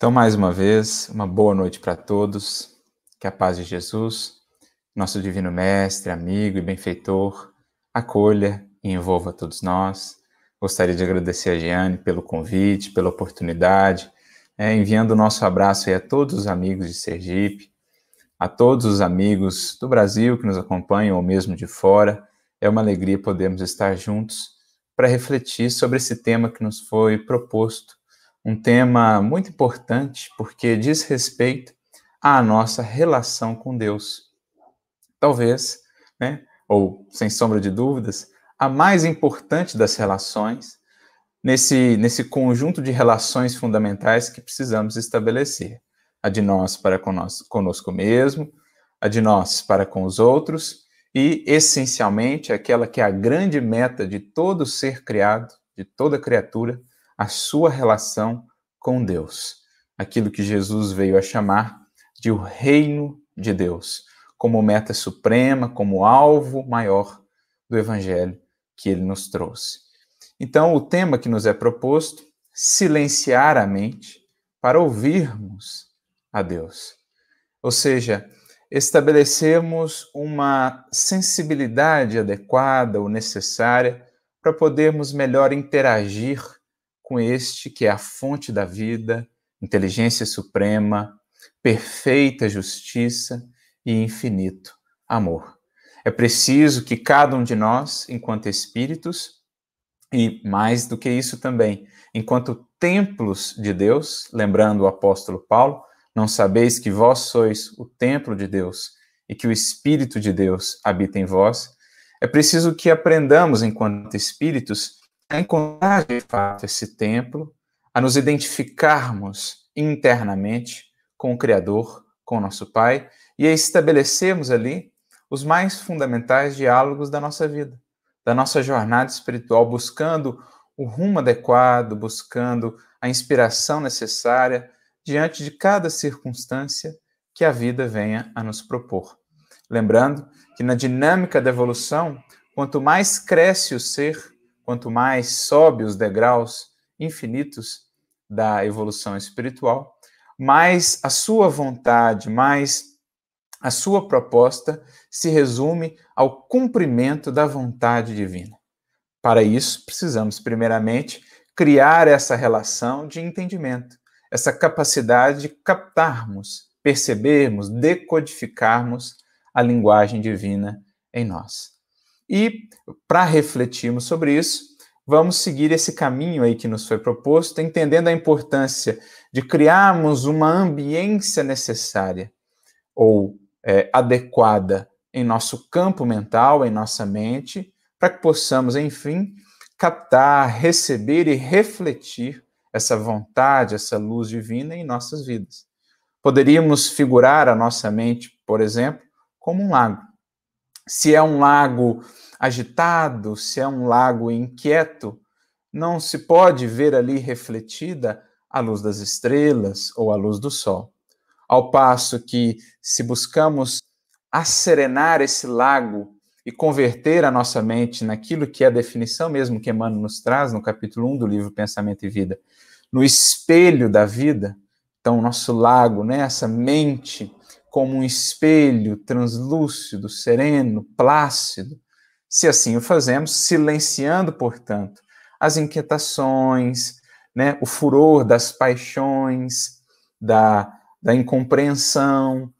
Então, mais uma vez, uma boa noite para todos. Que a paz de Jesus, nosso divino mestre, amigo e benfeitor, acolha e envolva todos nós. Gostaria de agradecer a Giane pelo convite, pela oportunidade, enviando o nosso abraço aí a todos os amigos de Sergipe, a todos os amigos do Brasil que nos acompanham ou mesmo de fora. É uma alegria podermos estar juntos para refletir sobre esse tema que nos foi proposto. Um tema muito importante porque diz respeito à nossa relação com Deus. Talvez, ou sem sombra de dúvidas, a mais importante das relações nesse conjunto de relações fundamentais que precisamos estabelecer. A de nós para conosco mesmo, a de nós para com os outros e, essencialmente, aquela que é a grande meta de todo ser criado, de toda criatura, a sua relação com Deus. Aquilo que Jesus veio a chamar de o reino de Deus, como meta suprema, como alvo maior do evangelho que ele nos trouxe. Então, o tema que nos é proposto, silenciar a mente para ouvirmos a Deus. Ou seja, estabelecermos uma sensibilidade adequada ou necessária para podermos melhor interagir com este que é a fonte da vida, inteligência suprema, perfeita justiça e infinito amor. É preciso que cada um de nós, enquanto espíritos, e mais do que isso também, enquanto templos de Deus, lembrando o apóstolo Paulo, não sabeis que vós sois o templo de Deus e que o Espírito de Deus habita em vós, é preciso que aprendamos, enquanto espíritos, a encontrar de fato esse templo, a nos identificarmos internamente com o Criador, com o nosso Pai, e a estabelecermos ali os mais fundamentais diálogos da nossa vida, da nossa jornada espiritual, buscando o rumo adequado, buscando a inspiração necessária diante de cada circunstância que a vida venha a nos propor. Lembrando que na dinâmica da evolução, quanto mais cresce o ser, quanto mais sobe os degraus infinitos da evolução espiritual, mais a sua vontade, mais a sua proposta se resume ao cumprimento da vontade divina. Para isso, precisamos, primeiramente, criar essa relação de entendimento, essa capacidade de captarmos, percebermos, decodificarmos a linguagem divina em nós. E, para refletirmos sobre isso, vamos seguir esse caminho aí que nos foi proposto, entendendo a importância de criarmos uma ambiência necessária ou adequada em nosso campo mental, em nossa mente, para que possamos, enfim, captar, receber e refletir essa vontade, essa luz divina em nossas vidas. Poderíamos figurar a nossa mente, por exemplo, como um lago. Se é um lago agitado, se é um lago inquieto, não se pode ver ali refletida a luz das estrelas ou a luz do sol. Ao passo que, se buscamos asserenar esse lago e converter a nossa mente naquilo que é a definição mesmo que Emmanuel nos traz no capítulo 1 do livro Pensamento e Vida, no espelho da vida, então o nosso lago, essa mente como um espelho translúcido, sereno, plácido, se assim o fazemos, silenciando, portanto, as inquietações, o furor das paixões, da incompreensão,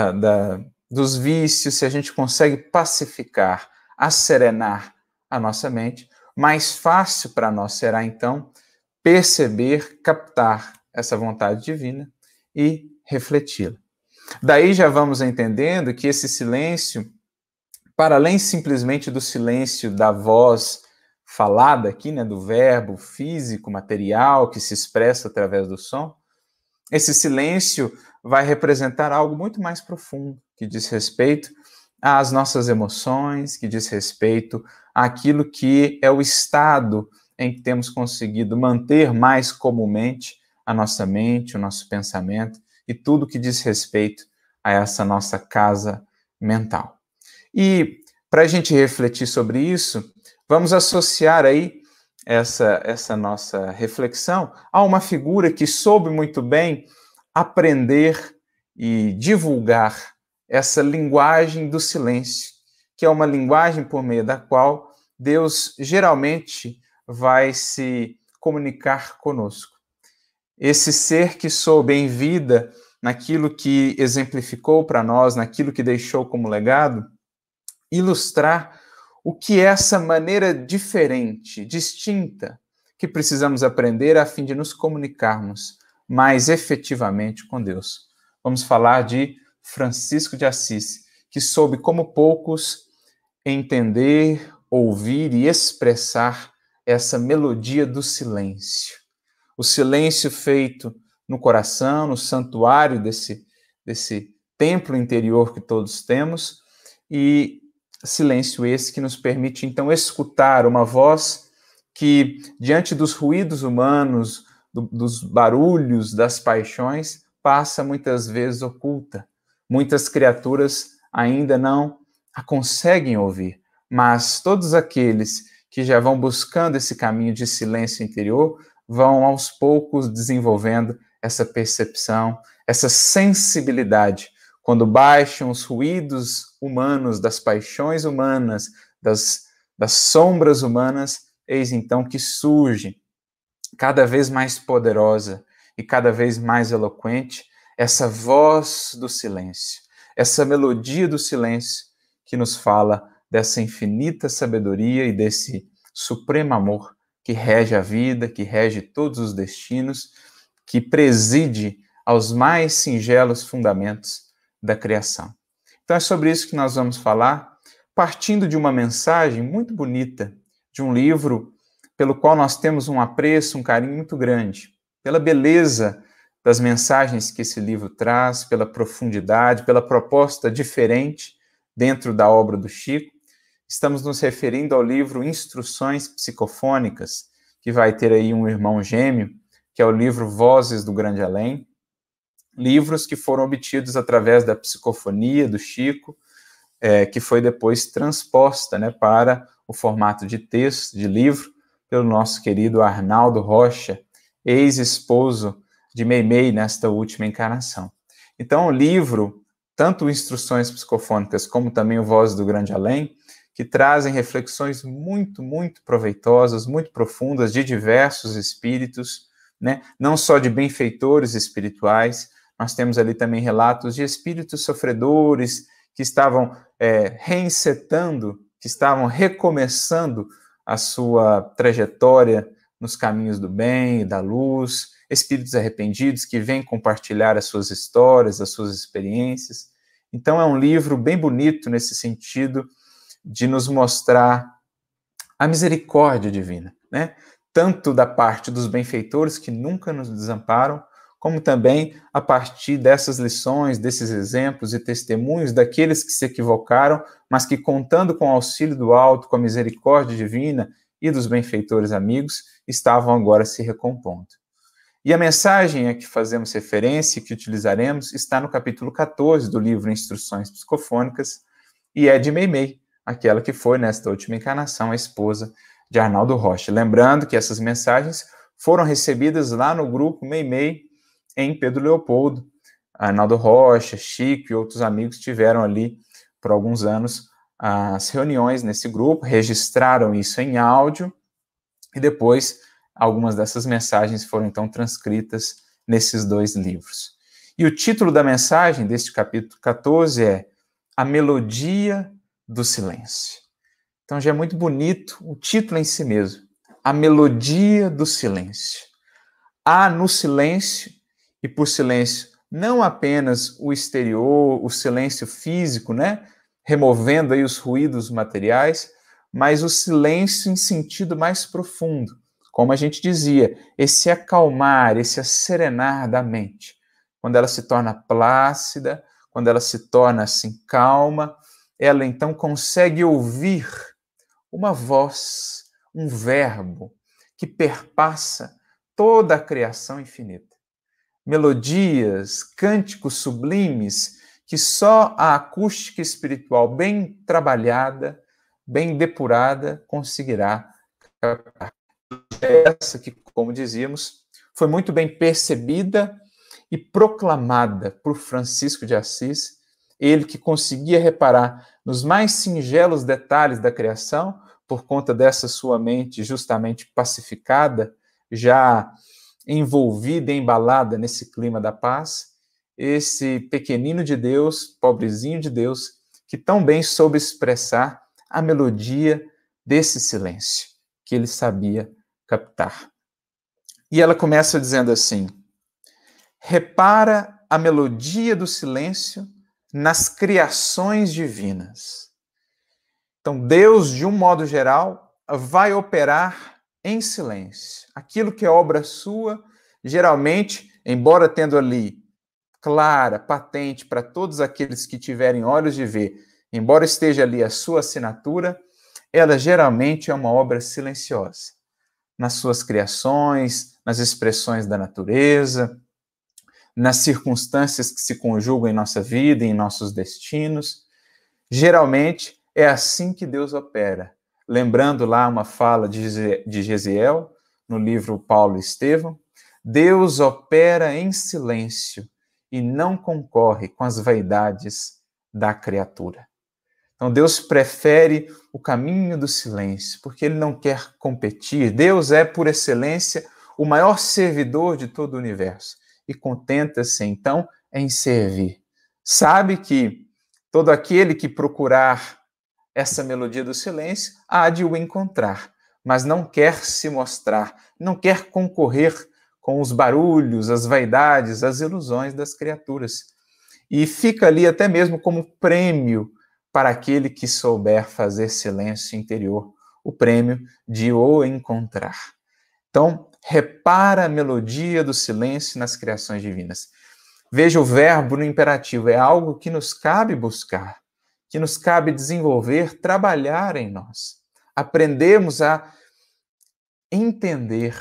dos vícios, se a gente consegue pacificar, asserenar a nossa mente, mais fácil para nós será, então, perceber, captar essa vontade divina e refleti-la. Daí já vamos entendendo que esse silêncio, para além simplesmente do silêncio da voz falada aqui, do verbo físico, material, que se expressa através do som, esse silêncio vai representar algo muito mais profundo, que diz respeito às nossas emoções, que diz respeito àquilo que é o estado em que temos conseguido manter mais comumente a nossa mente, o nosso pensamento e tudo que diz respeito a essa nossa casa mental. E para a gente refletir sobre isso, vamos associar aí essa nossa reflexão a uma figura que soube muito bem aprender e divulgar essa linguagem do silêncio, que é uma linguagem por meio da qual Deus geralmente vai se comunicar conosco. Esse ser que soube em vida, naquilo que exemplificou para nós, naquilo que deixou como legado, ilustrar o que é essa maneira diferente, distinta, que precisamos aprender a fim de nos comunicarmos mais efetivamente com Deus. Vamos falar de Francisco de Assis, que soube, como poucos, entender, ouvir e expressar essa melodia do silêncio. O silêncio feito no coração, no santuário desse templo interior que todos temos, e silêncio esse que nos permite, então, escutar uma voz que, diante dos ruídos humanos, dos barulhos, das paixões, passa muitas vezes oculta. Muitas criaturas ainda não a conseguem ouvir, mas todos aqueles que já vão buscando esse caminho de silêncio interior vão, aos poucos, desenvolvendo essa percepção, essa sensibilidade, quando baixam os ruídos humanos, das paixões humanas, das sombras humanas, eis então que surge, cada vez mais poderosa e cada vez mais eloquente, essa voz do silêncio, essa melodia do silêncio que nos fala dessa infinita sabedoria e desse supremo amor que rege a vida, que rege todos os destinos, que preside aos mais singelos fundamentos da criação. Então é sobre isso que nós vamos falar, partindo de uma mensagem muito bonita, de um livro pelo qual nós temos um apreço, um carinho muito grande, pela beleza das mensagens que esse livro traz, pela profundidade, pela proposta diferente dentro da obra do Chico. Estamos nos referindo ao livro Instruções Psicofônicas, que vai ter aí um irmão gêmeo, que é o livro Vozes do Grande Além, livros que foram obtidos através da psicofonia do Chico, que foi depois transposta, né, para o formato de texto, de livro, pelo nosso querido Arnaldo Rocha, ex-esposo de Meimei nesta última encarnação. Então, o livro, tanto Instruções Psicofônicas como também o Vozes do Grande Além, que trazem reflexões muito, muito proveitosas, muito profundas, de diversos espíritos, né? Não só de benfeitores espirituais, nós temos ali também relatos de espíritos sofredores que estavam reencetando, que estavam recomeçando a sua trajetória nos caminhos do bem e da luz, espíritos arrependidos que vêm compartilhar as suas histórias, as suas experiências. Então é um livro bem bonito nesse sentido de nos mostrar a misericórdia divina, né? Tanto da parte dos benfeitores que nunca nos desamparam, como também a partir dessas lições, desses exemplos e testemunhos daqueles que se equivocaram, mas que, contando com o auxílio do alto, com a misericórdia divina e dos benfeitores amigos, estavam agora se recompondo. E a mensagem a que fazemos referência e que utilizaremos está no capítulo 14 do livro Instruções Psicofônicas e é de Meimei, aquela que foi, nesta última encarnação, a esposa de Arnaldo Rocha. Lembrando que essas mensagens foram recebidas lá no grupo Meimei, em Pedro Leopoldo. Arnaldo Rocha, Chico e outros amigos tiveram ali, por alguns anos, as reuniões nesse grupo, registraram isso em áudio, e depois algumas dessas mensagens foram, então, transcritas nesses dois livros. E o título da mensagem deste capítulo 14 é A Melodia do Silêncio. Então já é muito bonito o título em si mesmo, A Melodia do Silêncio. Há no silêncio, e por silêncio não apenas o exterior, o silêncio físico, né? Removendo aí os ruídos materiais, mas o silêncio em sentido mais profundo. Como a gente dizia, esse acalmar, esse acerenar da mente. Quando ela se torna plácida, quando ela se torna assim calma, ela então consegue ouvir uma voz, um verbo que perpassa toda a criação infinita. Melodias, cânticos sublimes que só a acústica espiritual bem trabalhada, bem depurada, conseguirá captar. é essa que, como dizíamos, foi muito bem percebida e proclamada por Francisco de Assis, ele que conseguia reparar nos mais singelos detalhes da criação, por conta dessa sua mente justamente pacificada, já envolvida e embalada nesse clima da paz, esse pequenino de Deus, pobrezinho de Deus, que tão bem soube expressar a melodia desse silêncio, que ele sabia captar. E ela começa dizendo assim: repara a melodia do silêncio nas criações divinas. Então, Deus, de um modo geral, vai operar em silêncio. Aquilo que é obra sua, geralmente, embora tendo ali clara, patente para todos aqueles que tiverem olhos de ver, embora esteja ali a sua assinatura, ela geralmente é uma obra silenciosa. Nas suas criações, nas expressões da natureza, nas circunstâncias que se conjugam em nossa vida e em nossos destinos. Geralmente é assim que Deus opera. Lembrando lá uma fala de Gesiel, no livro Paulo e Estevão, Deus opera em silêncio e não concorre com as vaidades da criatura. Então Deus prefere o caminho do silêncio, porque ele não quer competir. Deus é, por excelência, o maior servidor de todo o universo e contenta-se, então, em servir. Sabe que todo aquele que procurar essa melodia do silêncio há de o encontrar, mas não quer se mostrar, não quer concorrer com os barulhos, as vaidades, as ilusões das criaturas. E fica ali até mesmo como prêmio para aquele que souber fazer silêncio interior, o prêmio de o encontrar. Então, repara a melodia do silêncio nas criações divinas. Veja o verbo no imperativo, é algo que nos cabe buscar, que nos cabe desenvolver, trabalhar em nós. Aprendemos a entender,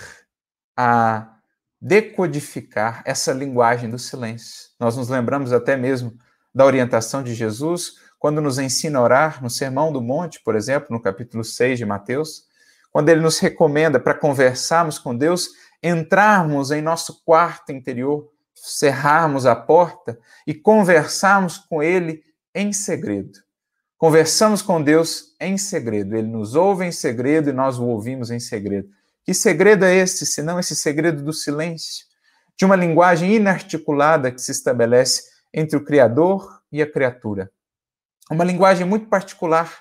a decodificar essa linguagem do silêncio. Nós nos lembramos até mesmo da orientação de Jesus, quando nos ensina a orar no Sermão do Monte, por exemplo, no capítulo 6 de Mateus, quando ele nos recomenda para conversarmos com Deus, entrarmos em nosso quarto interior, cerrarmos a porta e conversarmos com ele em segredo. Conversamos com Deus em segredo. Ele nos ouve em segredo e nós o ouvimos em segredo. Que segredo é esse, senão esse segredo do silêncio, de uma linguagem inarticulada que se estabelece entre o Criador e a criatura? Uma linguagem muito particular.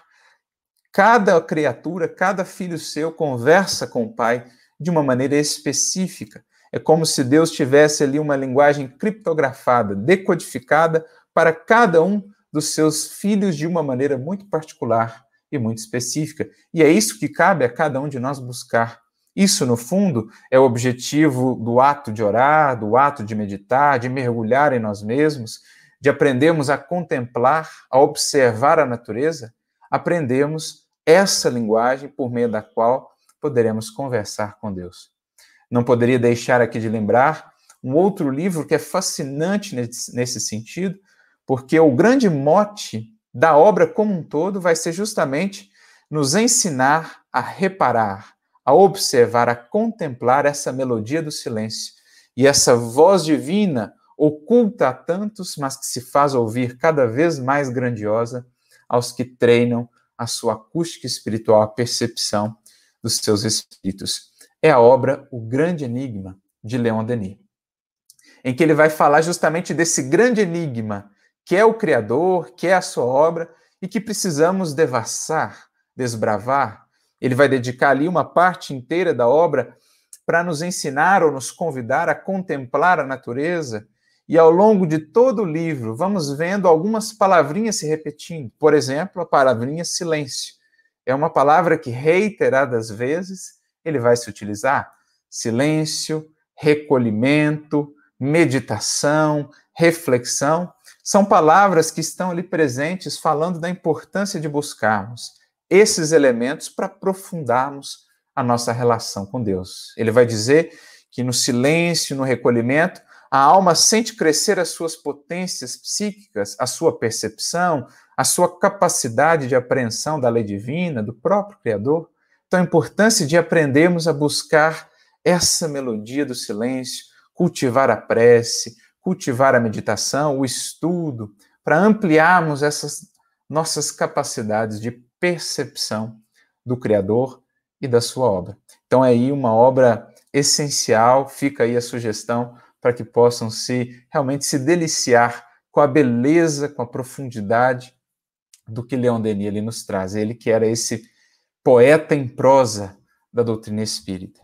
Cada criatura, cada filho seu conversa com o Pai de uma maneira específica. É como se Deus tivesse ali uma linguagem criptografada, decodificada para cada um dos seus filhos de uma maneira muito particular e muito específica. E é isso que cabe a cada um de nós buscar. Isso, no fundo, é o objetivo do ato de orar, do ato de meditar, de mergulhar em nós mesmos, de aprendermos a contemplar, a observar a natureza. Aprendemos essa linguagem por meio da qual poderemos conversar com Deus. Não poderia deixar aqui de lembrar um outro livro que é fascinante nesse sentido, porque o grande mote da obra como um todo vai ser justamente nos ensinar a reparar, a observar, a contemplar essa melodia do silêncio e essa voz divina oculta a tantos, mas que se faz ouvir cada vez mais grandiosa aos que treinam a sua acústica espiritual, a percepção dos seus espíritos. É a obra O Grande Enigma, de Leon Denis, em que ele vai falar justamente desse grande enigma, que é o Criador, que é a sua obra, e que precisamos devassar, desbravar. Ele vai dedicar ali uma parte inteira da obra para nos ensinar ou nos convidar a contemplar a natureza. E ao longo de todo o livro, vamos vendo algumas palavrinhas se repetindo. Por exemplo, a palavrinha silêncio. É uma palavra que reiteradas vezes ele vai se utilizar. Silêncio, recolhimento, meditação, reflexão. São palavras que estão ali presentes falando da importância de buscarmos esses elementos para aprofundarmos a nossa relação com Deus. Ele vai dizer que no silêncio, no recolhimento, a alma sente crescer as suas potências psíquicas, a sua percepção, a sua capacidade de apreensão da lei divina, do próprio Criador, Então, a importância de aprendermos a buscar essa melodia do silêncio, cultivar a prece, cultivar a meditação, o estudo, para ampliarmos essas nossas capacidades de percepção do Criador e da sua obra. Então, é aí uma obra essencial, fica aí a sugestão para que possam realmente se deliciar com a beleza, com a profundidade do que Leon Denis ele nos traz. Ele que era esse poeta em prosa da doutrina espírita.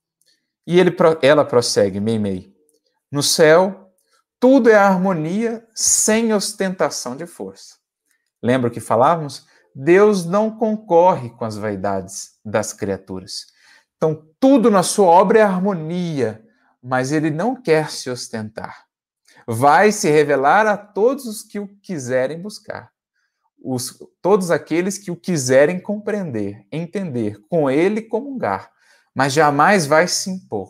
E ela prossegue, Meimei. No céu, tudo é harmonia sem ostentação de força. Lembra o que falávamos? Deus não concorre com as vaidades das criaturas. Então, tudo na sua obra é harmonia, mas ele não quer se ostentar. Vai se revelar a todos os que o quiserem buscar. Todos aqueles que o quiserem compreender, entender, com ele comungar, mas jamais vai se impor.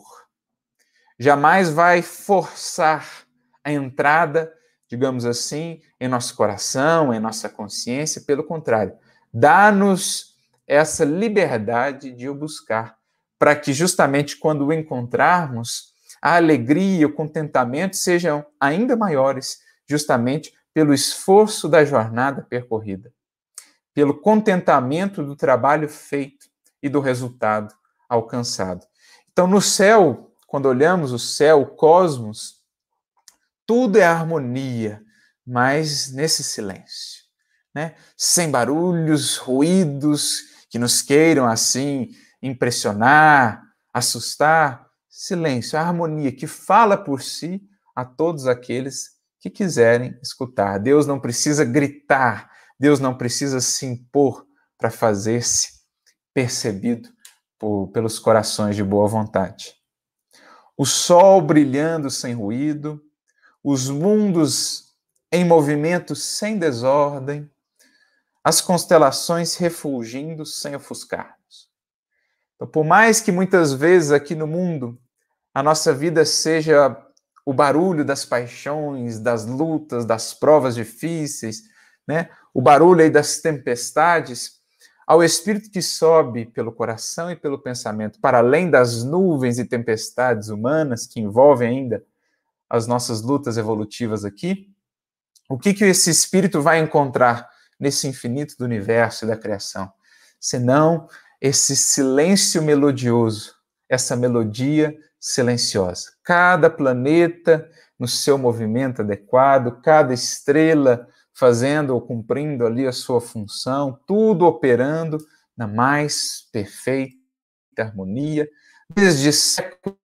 Jamais vai forçar a entrada, digamos assim, em nosso coração, em nossa consciência. Pelo contrário, dá-nos essa liberdade de o buscar, para que justamente quando o encontrarmos, a alegria, o contentamento sejam ainda maiores, justamente pelo esforço da jornada percorrida, pelo contentamento do trabalho feito e do resultado alcançado. Então, no céu, quando olhamos o céu, o cosmos, tudo é harmonia, mas nesse silêncio, né? Sem barulhos, ruídos que nos queiram assim impressionar, assustar. Silêncio, a harmonia que fala por si a todos aqueles que quiserem escutar. Deus não precisa gritar, Deus não precisa se impor para fazer-se percebido pelos corações de boa vontade. O sol brilhando sem ruído, os mundos em movimento sem desordem, as constelações refulgindo sem ofuscar-nos. Então, por mais que muitas vezes aqui no mundo a nossa vida seja o barulho das paixões, das lutas, das provas difíceis, né? O barulho aí das tempestades, ao espírito que sobe pelo coração e pelo pensamento, para além das nuvens e tempestades humanas que envolvem ainda as nossas lutas evolutivas aqui, o que esse espírito vai encontrar nesse infinito do universo e da criação? Senão esse silêncio melodioso, essa melodia silenciosa. Cada planeta no seu movimento adequado, cada estrela fazendo ou cumprindo ali a sua função, tudo operando na mais perfeita harmonia, desde séculos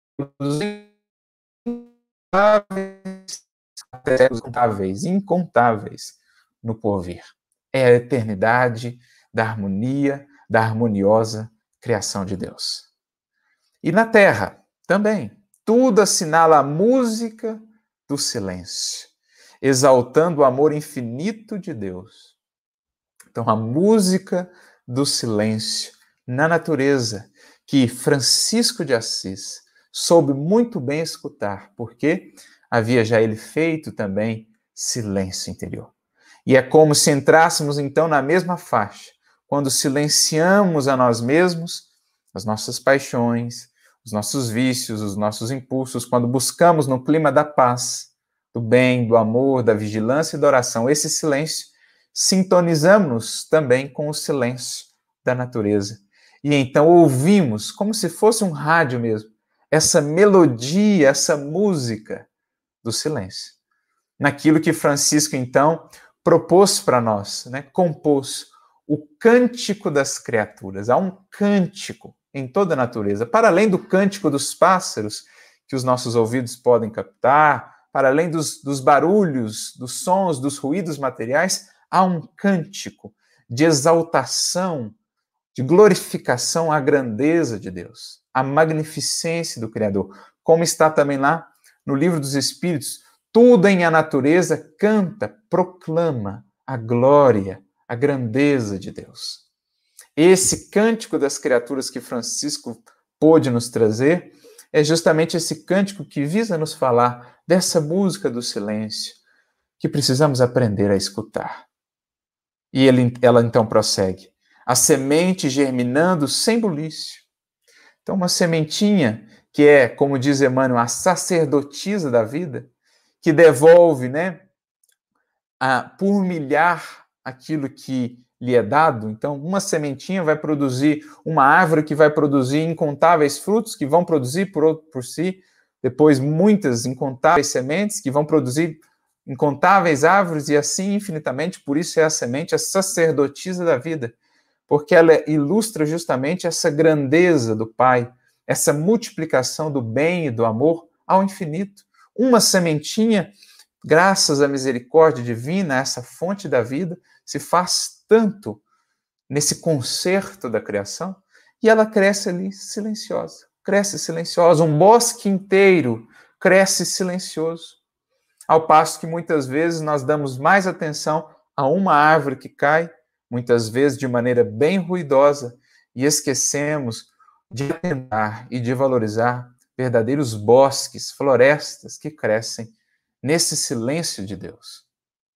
até séculos incontáveis no porvir. É a eternidade da harmonia, da harmoniosa criação de Deus. E na Terra, também, tudo assinala a música do silêncio, exaltando o amor infinito de Deus. Então, a música do silêncio na natureza, que Francisco de Assis soube muito bem escutar, porque havia já ele feito também silêncio interior. E é como se entrássemos, então, na mesma faixa, quando silenciamos a nós mesmos, as nossas paixões, os nossos vícios, os nossos impulsos, quando buscamos no clima da paz, do bem, do amor, da vigilância e da oração, esse silêncio, sintonizamos também com o silêncio da natureza. E então ouvimos, como se fosse um rádio mesmo, essa melodia, essa música do silêncio. Naquilo que Francisco, então, propôs para nós, né? Compôs o cântico das criaturas. Há um cântico em toda a natureza, para além do cântico dos pássaros, que os nossos ouvidos podem captar, para além dos barulhos, dos sons, dos ruídos materiais, há um cântico de exaltação, de glorificação à grandeza de Deus, à magnificência do Criador, como está também lá no Livro dos Espíritos, tudo em a natureza canta, proclama a glória, a grandeza de Deus. Esse cântico das criaturas que Francisco pôde nos trazer é justamente esse cântico que visa nos falar dessa música do silêncio que precisamos aprender a escutar. E ela então prossegue. a semente germinando sem bulício. Então, uma sementinha que é, como diz Emmanuel, a sacerdotisa da vida, que devolve, por milhar aquilo que lhe é dado. Então, uma sementinha vai produzir uma árvore que vai produzir incontáveis frutos, que vão produzir por si, depois muitas incontáveis sementes, que vão produzir incontáveis árvores, e assim infinitamente. Por isso é a semente, a sacerdotisa da vida, porque ela ilustra justamente essa grandeza do Pai, essa multiplicação do bem e do amor ao infinito. Uma sementinha, graças à misericórdia divina, essa fonte da vida, se faz tanto nesse concerto da criação, e ela cresce ali silenciosa. Cresce silenciosa. Um bosque inteiro cresce silencioso. Ao passo que muitas vezes nós damos mais atenção a uma árvore que cai, muitas vezes de maneira bem ruidosa, e esquecemos de atentar e de valorizar verdadeiros bosques, florestas que crescem nesse silêncio de Deus.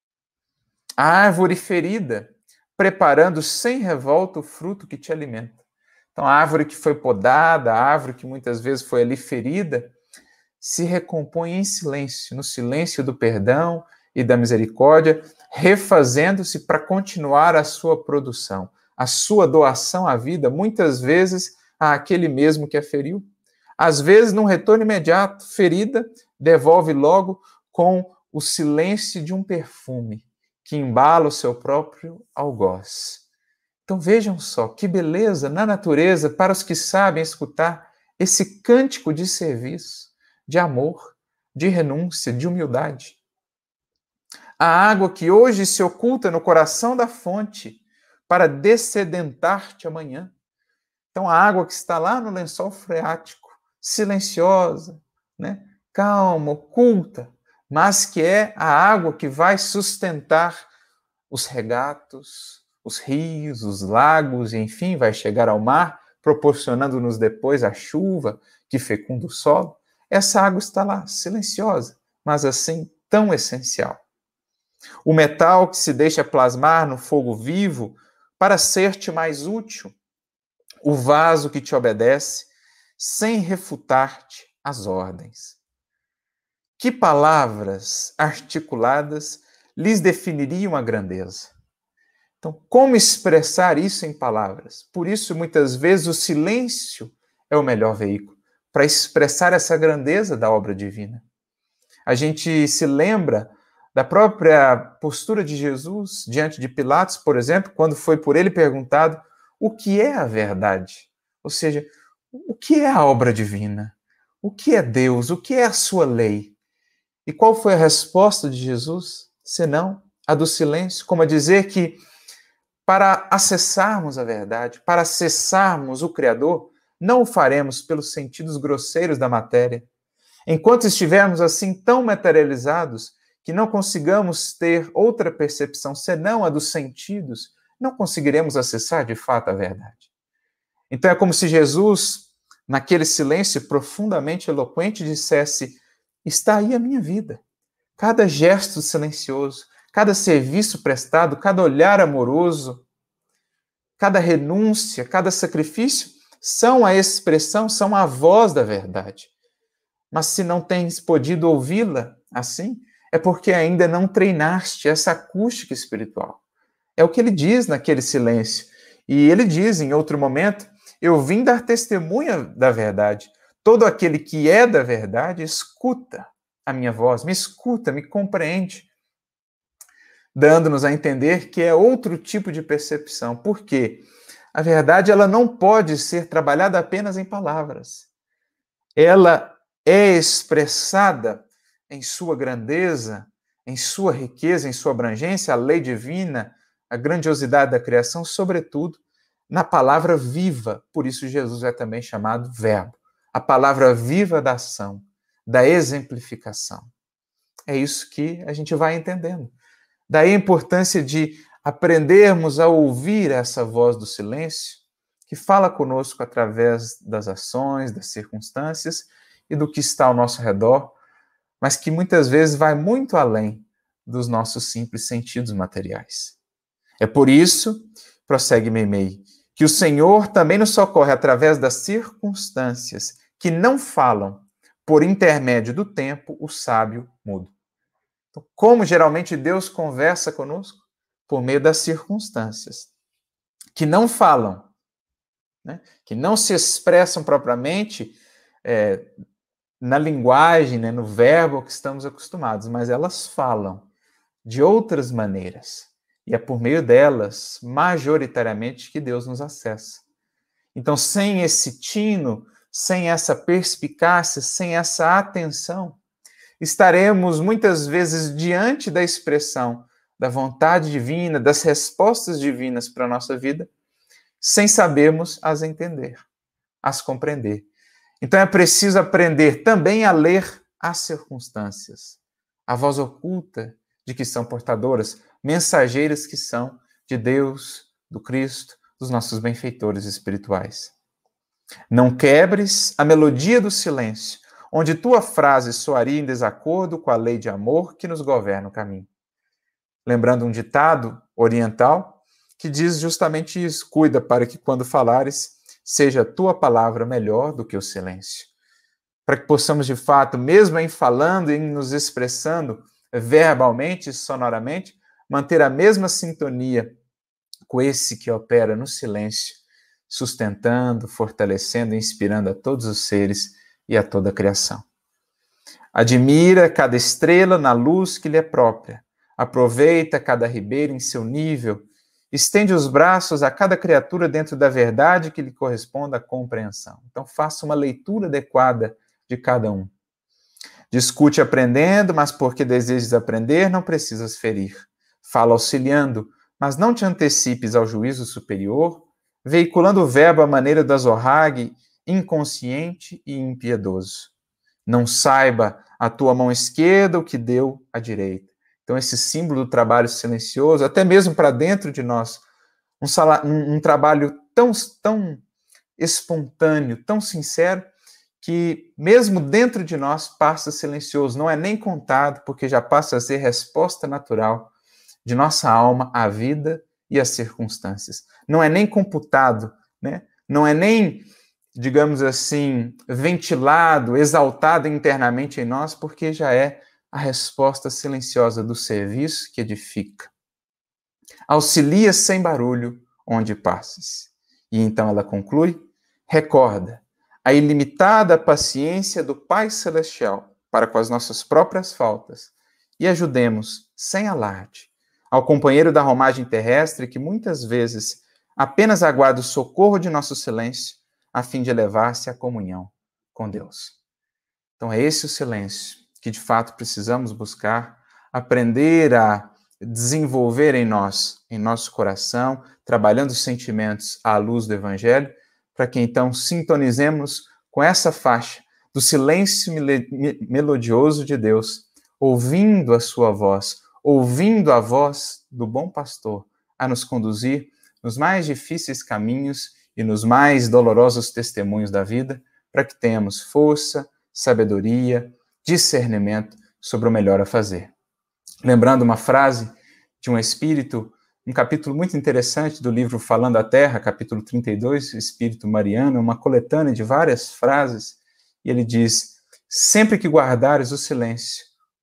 A árvore ferida, preparando sem revolta o fruto que te alimenta. Então, a árvore que foi podada, a árvore que muitas vezes foi ali ferida, se recompõe em silêncio, no silêncio do perdão e da misericórdia, refazendo-se para continuar a sua produção, a sua doação à vida, muitas vezes àquele mesmo que a feriu. Às vezes, num retorno imediato, ferida, devolve logo com o silêncio de um perfume que embala o seu próprio algoz. Então vejam só, que beleza na natureza para os que sabem escutar esse cântico de serviço, de amor, de renúncia, de humildade. A água que hoje se oculta no coração da fonte para dessedentar-te amanhã. Então a água que está lá no lençol freático, silenciosa, calma, oculta, mas que é a água que vai sustentar os regatos, os rios, os lagos, e enfim, vai chegar ao mar, proporcionando-nos depois a chuva que fecunda o solo. Essa água está lá, silenciosa, mas assim tão essencial. O metal que se deixa plasmar no fogo vivo para ser-te mais útil. O vaso que te obedece sem refutar-te as ordens. Que palavras articuladas lhes definiriam a grandeza? Então, como expressar isso em palavras? Por isso, muitas vezes, o silêncio é o melhor veículo para expressar essa grandeza da obra divina. A gente se lembra da própria postura de Jesus diante de Pilatos, por exemplo, quando foi por ele perguntado o que é a verdade? Ou seja, o que é a obra divina? O que é Deus? O que é a sua lei? E qual foi a resposta de Jesus? Senão a do silêncio, como a dizer que para acessarmos a verdade, para acessarmos o Criador, não o faremos pelos sentidos grosseiros da matéria. Enquanto estivermos assim tão materializados que não consigamos ter outra percepção senão a dos sentidos, não conseguiremos acessar de fato a verdade. Então é como se Jesus, naquele silêncio profundamente eloquente, dissesse: está aí a minha vida. Cada gesto silencioso, cada serviço prestado, cada olhar amoroso, cada renúncia, cada sacrifício são a expressão, são a voz da verdade. Mas se não tens podido ouvi-la assim, é porque ainda não treinaste essa acústica espiritual. É o que ele diz naquele silêncio. E ele diz em outro momento: eu vim dar testemunha da verdade. Todo aquele que é da verdade escuta a minha voz, me escuta, me compreende, dando-nos a entender que é outro tipo de percepção. Por quê? A verdade ela não pode ser trabalhada apenas em palavras. Ela é expressada em sua grandeza, em sua riqueza, em sua abrangência, a lei divina, a grandiosidade da criação, sobretudo na palavra viva. Por isso Jesus é também chamado Verbo. A palavra viva da ação, da exemplificação. É isso que a gente vai entendendo. Daí a importância de aprendermos a ouvir essa voz do silêncio, que fala conosco através das ações, das circunstâncias e do que está ao nosso redor, mas que muitas vezes vai muito além dos nossos simples sentidos materiais. É por isso prossegue Meimei, que o Senhor também nos socorre através das circunstâncias que não falam, por intermédio do tempo, o sábio mudo. Então, como geralmente Deus conversa conosco? Por meio das circunstâncias, que não falam, né? Que não se expressam propriamente na linguagem, né? No verbo que estamos acostumados, mas elas falam de outras maneiras. E é por meio delas, majoritariamente, que Deus nos acessa. Então, sem esse tino, sem essa perspicácia, sem essa atenção, estaremos muitas vezes diante da expressão da vontade divina, das respostas divinas para a nossa vida, sem sabermos as entender, as compreender. Então é preciso aprender também a ler as circunstâncias, a voz oculta de que são portadoras, mensageiras que são de Deus, do Cristo, dos nossos benfeitores espirituais. Não quebres a melodia do silêncio, onde tua frase soaria em desacordo com a lei de amor que nos governa o caminho. Lembrando um ditado oriental que diz justamente isso: cuida para que quando falares, seja a tua palavra melhor do que o silêncio. Para que possamos, de fato, mesmo em falando e em nos expressando verbalmente e sonoramente, manter a mesma sintonia com esse que opera no silêncio, sustentando, fortalecendo e inspirando a todos os seres e a toda a criação. Admira cada estrela na luz que lhe é própria, aproveita cada ribeiro em seu nível, estende os braços a cada criatura dentro da verdade que lhe corresponda à compreensão. Então, faça uma leitura adequada de cada um. Discute aprendendo, mas porque desejas aprender, não precisas ferir. Fala auxiliando, mas não te antecipes ao juízo superior, veiculando o verbo à maneira do azorrague, inconsciente e impiedoso. Não saiba a tua mão esquerda o que deu a direita. Então, esse símbolo do trabalho silencioso, até mesmo para dentro de nós, um trabalho tão espontâneo, tão sincero, que mesmo dentro de nós passa silencioso, não é nem contado, porque já passa a ser resposta natural de nossa alma à vida e às circunstâncias. Não é nem computado, né? Não é nem, digamos assim, ventilado, exaltado internamente em nós, porque já é a resposta silenciosa do serviço que edifica. Auxilia sem barulho onde passes. E então ela conclui: recorda a ilimitada paciência do Pai Celestial para com as nossas próprias faltas e ajudemos, sem alarde, ao companheiro da romagem terrestre que muitas vezes apenas aguarda o socorro de nosso silêncio a fim de elevar-se à comunhão com Deus. Então é esse o silêncio que de fato precisamos buscar, aprender a desenvolver em nós, em nosso coração, trabalhando os sentimentos à luz do Evangelho, para que então sintonizemos com essa faixa do silêncio melodioso de Deus, ouvindo a sua voz, ouvindo a voz do bom pastor, a nos conduzir nos mais difíceis caminhos e nos mais dolorosos testemunhos da vida, para que tenhamos força, sabedoria, discernimento sobre o melhor a fazer. Lembrando uma frase de um espírito, um capítulo muito interessante do livro Falando à Terra, capítulo 32, Espírito Mariano, uma coletânea de várias frases, e ele diz: sempre que guardares o silêncio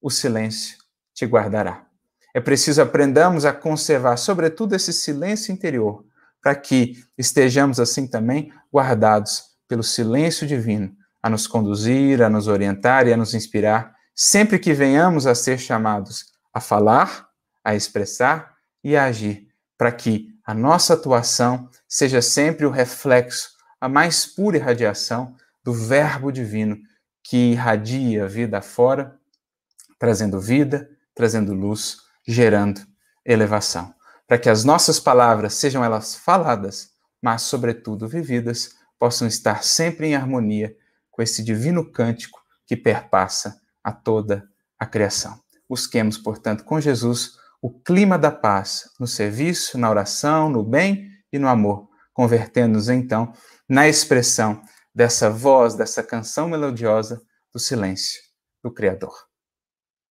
te guardará. É preciso aprendamos a conservar, sobretudo, esse silêncio interior, para que estejamos assim também guardados pelo silêncio divino, a nos conduzir, a nos orientar e a nos inspirar, sempre que venhamos a ser chamados a falar, a expressar e a agir, para que a nossa atuação seja sempre o reflexo, a mais pura irradiação do Verbo Divino que irradia vida afora, trazendo vida, trazendo luz, gerando elevação. Para que as nossas palavras, sejam elas faladas, mas sobretudo vividas, possam estar sempre em harmonia com esse divino cântico que perpassa a toda a criação. Busquemos, portanto, com Jesus, o clima da paz no serviço, na oração, no bem e no amor, convertendo-nos, então, na expressão dessa voz, dessa canção melodiosa do silêncio do Criador.